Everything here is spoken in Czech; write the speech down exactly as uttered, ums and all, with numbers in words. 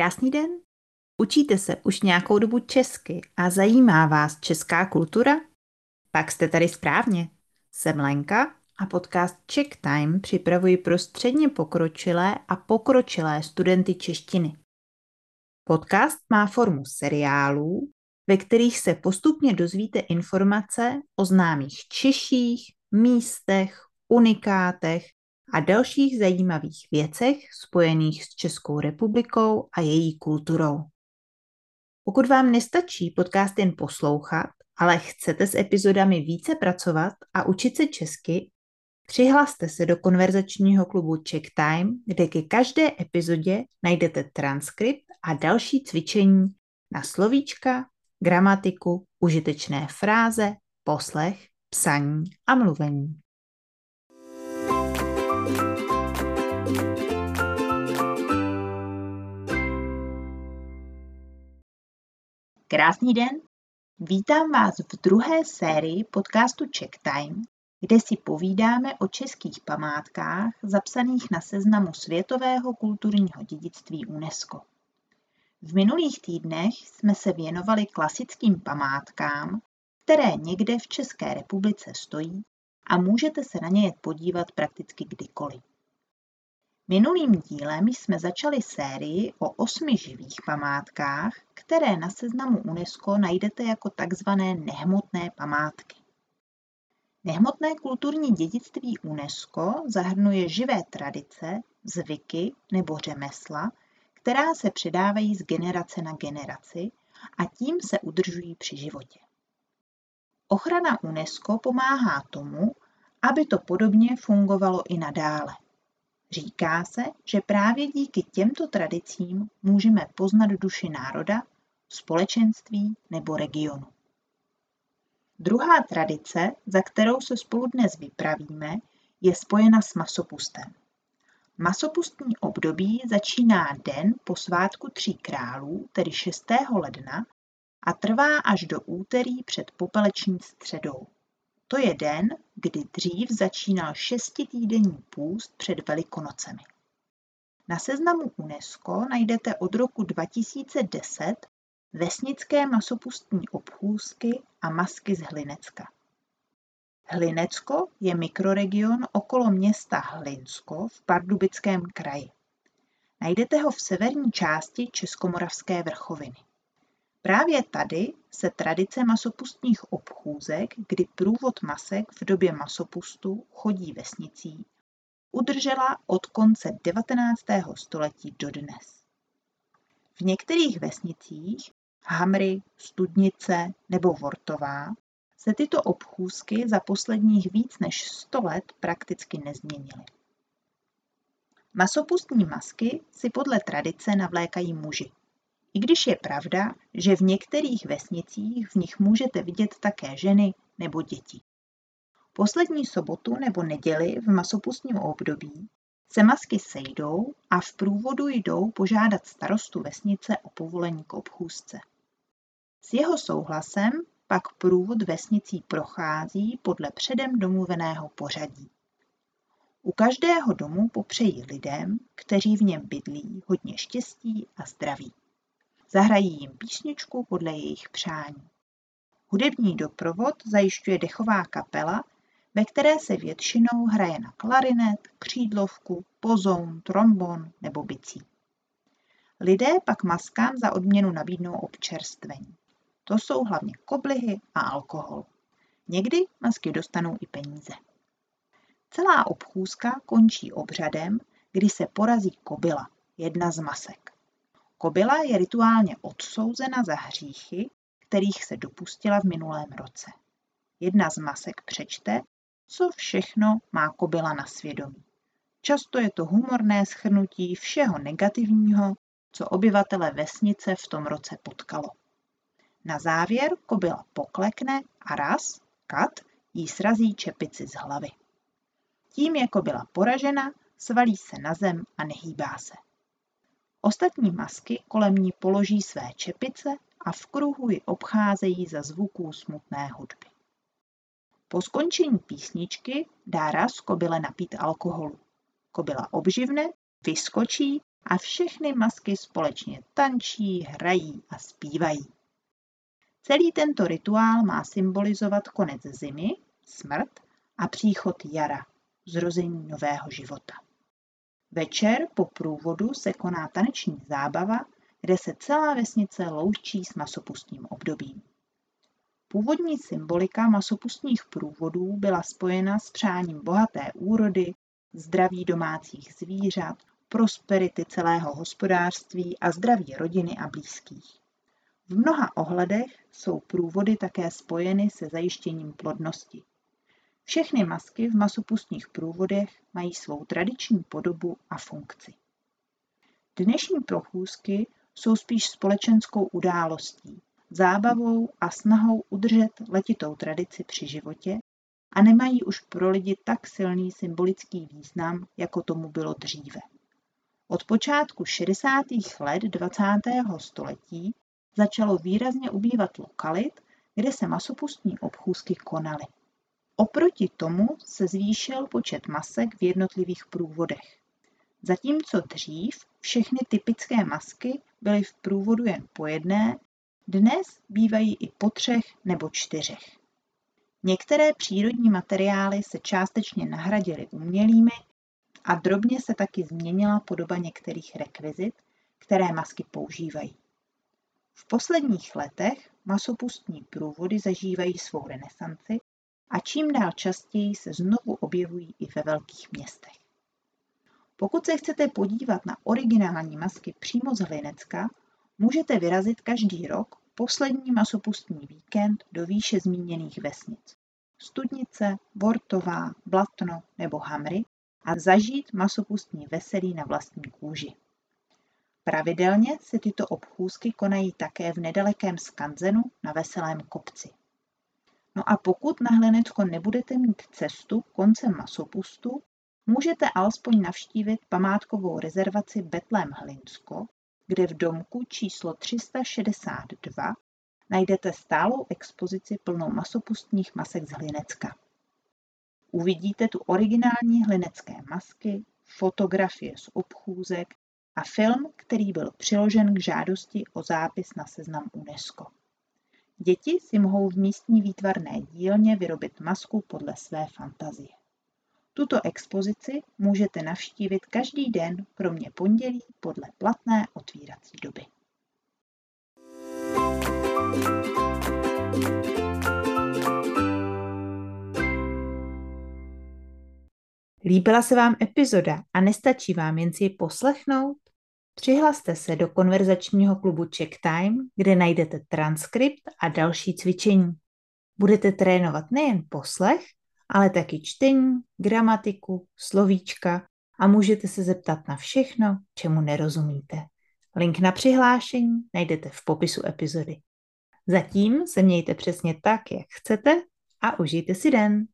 Krásný den. Učíte se už nějakou dobu česky a zajímá vás česká kultura? Pak jste tady správně. Jsem Lenka a podcast Czech Time připravuji pro středně pokročilé a pokročilé studenty češtiny. Podcast má formu seriálů, ve kterých se postupně dozvíte informace o známých Češích, místech, unikátech a dalších zajímavých věcech spojených s Českou republikou a její kulturou. Pokud vám nestačí podcast jen poslouchat, ale chcete s epizodami více pracovat a učit se česky, přihlaste se do konverzačního klubu Czech Time, kde ke každé epizodě najdete transkript a další cvičení na slovíčka, gramatiku, užitečné fráze, poslech, psaní a mluvení. Krásný den! Vítám vás v druhé sérii podcastu Czech Time, kde si povídáme o českých památkách zapsaných na seznamu světového kulturního dědictví UNESCO. V minulých týdnech jsme se věnovali klasickým památkám, které někde v České republice stojí a můžete se na ně podívat prakticky kdykoliv. Minulým dílem jsme začali sérii o osmi živých památkách, které na seznamu UNESCO najdete jako takzvané nehmotné památky. Nehmotné kulturní dědictví UNESCO zahrnuje živé tradice, zvyky nebo řemesla, která se předávají z generace na generaci a tím se udržují při životě. Ochrana UNESCO pomáhá tomu, aby to podobně fungovalo i nadále. Říká se, že právě díky těmto tradicím můžeme poznat duši národa, společenství nebo regionu. Druhá tradice, za kterou se spolu dnes vypravíme, je spojena s masopustem. Masopustní období začíná den po svátku tří králů, tedy šestého ledna, a trvá až do úterý před popeleční středou. To je den, kdy dřív začínal šestitýdenní půst před Velikonocemi. Na seznamu UNESCO najdete od roku dva tisíce deset vesnické masopustní obchůzky a masky z Hlinecka. Hlinecko je mikroregion okolo města Hlinsko v Pardubickém kraji. Najdete ho v severní části Českomoravské vrchoviny. Právě tady se tradice masopustních obchůzek, kdy průvod masek v době masopustu chodí vesnicí, udržela od konce devatenáctého století dodnes. V některých vesnicích, Hamry, Studnice nebo Vortová, se tyto obchůzky za posledních víc než sto let prakticky nezměnily. Masopustní masky si podle tradice navlékají muži. I když je pravda, že v některých vesnicích v nich můžete vidět také ženy nebo děti. Poslední sobotu nebo neděli v masopustním období se masky sejdou a v průvodu jdou požádat starostu vesnice o povolení k obchůzce. S jeho souhlasem pak průvod vesnicí prochází podle předem domluveného pořadí. U každého domu popřejí lidem, kteří v něm bydlí, hodně štěstí a zdraví. Zahrají jim písničku podle jejich přání. Hudební doprovod zajišťuje dechová kapela, ve které se většinou hraje na klarinet, křídlovku, pozoun, trombon nebo bicí. Lidé pak maskám za odměnu nabídnou občerstvení. To jsou hlavně koblihy a alkohol. Někdy masky dostanou i peníze. Celá obchůzka končí obřadem, kdy se porazí kobyla, jedna z masek. Kobyla je rituálně odsouzena za hříchy, kterých se dopustila v minulém roce. Jedna z masek přečte, co všechno má kobyla na svědomí. Často je to humorné shrnutí všeho negativního, co obyvatele vesnice v tom roce potkalo. Na závěr kobyla poklekne a raz, kat, jí srazí čepici z hlavy. Tím je kobyla poražena, svalí se na zem a nehýbá se. Ostatní masky kolem ní položí své čepice a v kruhu ji obcházejí za zvuků smutné hudby. Po skončení písničky dá raz kobyle napít alkoholu. Kobyla obživne, vyskočí a všechny masky společně tančí, hrají a zpívají. Celý tento rituál má symbolizovat konec zimy, smrt a příchod jara, zrození nového života. Večer po průvodu se koná taneční zábava, kde se celá vesnice loučí s masopustním obdobím. Původní symbolika masopustních průvodů byla spojena s přáním bohaté úrody, zdraví domácích zvířat, prosperity celého hospodářství a zdraví rodiny a blízkých. V mnoha ohledech jsou průvody také spojeny se zajištěním plodnosti. Všechny masky v masopustních průvodech mají svou tradiční podobu a funkci. Dnešní prochůzky jsou spíš společenskou událostí, zábavou a snahou udržet letitou tradici při životě a nemají už pro lidi tak silný symbolický význam, jako tomu bylo dříve. Od počátku šedesátých let dvacátého století začalo výrazně ubývat lokalit, kde se masopustní obchůzky konaly. Oproti tomu se zvýšil počet masek v jednotlivých průvodech. Zatímco dřív všechny typické masky byly v průvodu jen po jedné, dnes bývají i po třech nebo čtyřech. Některé přírodní materiály se částečně nahradily umělými a drobně se taky změnila podoba některých rekvizit, které masky používají. V posledních letech masopustní průvody zažívají svou renesanci a čím dál častěji se znovu objevují i ve velkých městech. Pokud se chcete podívat na originální masky přímo z Hlinecka, můžete vyrazit každý rok poslední masopustní víkend do výše zmíněných vesnic Studnice, Vortová, Blatno nebo Hamry a zažít masopustní veselí na vlastní kůži. Pravidelně se tyto obchůzky konají také v nedalekém skanzenu na Veselém kopci. No a pokud na Hlinecko nebudete mít cestu koncem masopustu, můžete alespoň navštívit památkovou rezervaci Betlém Hlinsko, kde v domku číslo tři sta šedesát dva najdete stálou expozici plnou masopustních masek z Hlinecka. Uvidíte tu originální hlinecké masky, fotografie z obchůzek a film, který byl přiložen k žádosti o zápis na seznam UNESCO. Děti si mohou v místní výtvarné dílně vyrobit masku podle své fantazie. Tuto expozici můžete navštívit každý den, kromě pondělí podle platné otvírací doby. Líbila se vám epizoda a nestačí vám jen si ji poslechnout? Přihlaste se do konverzačního klubu Czech Time, kde najdete transkript a další cvičení. Budete trénovat nejen poslech, ale taky čtení, gramatiku, slovíčka a můžete se zeptat na všechno, čemu nerozumíte. Link na přihlášení najdete v popisu epizody. Zatím se mějte přesně tak, jak chcete a užijte si den.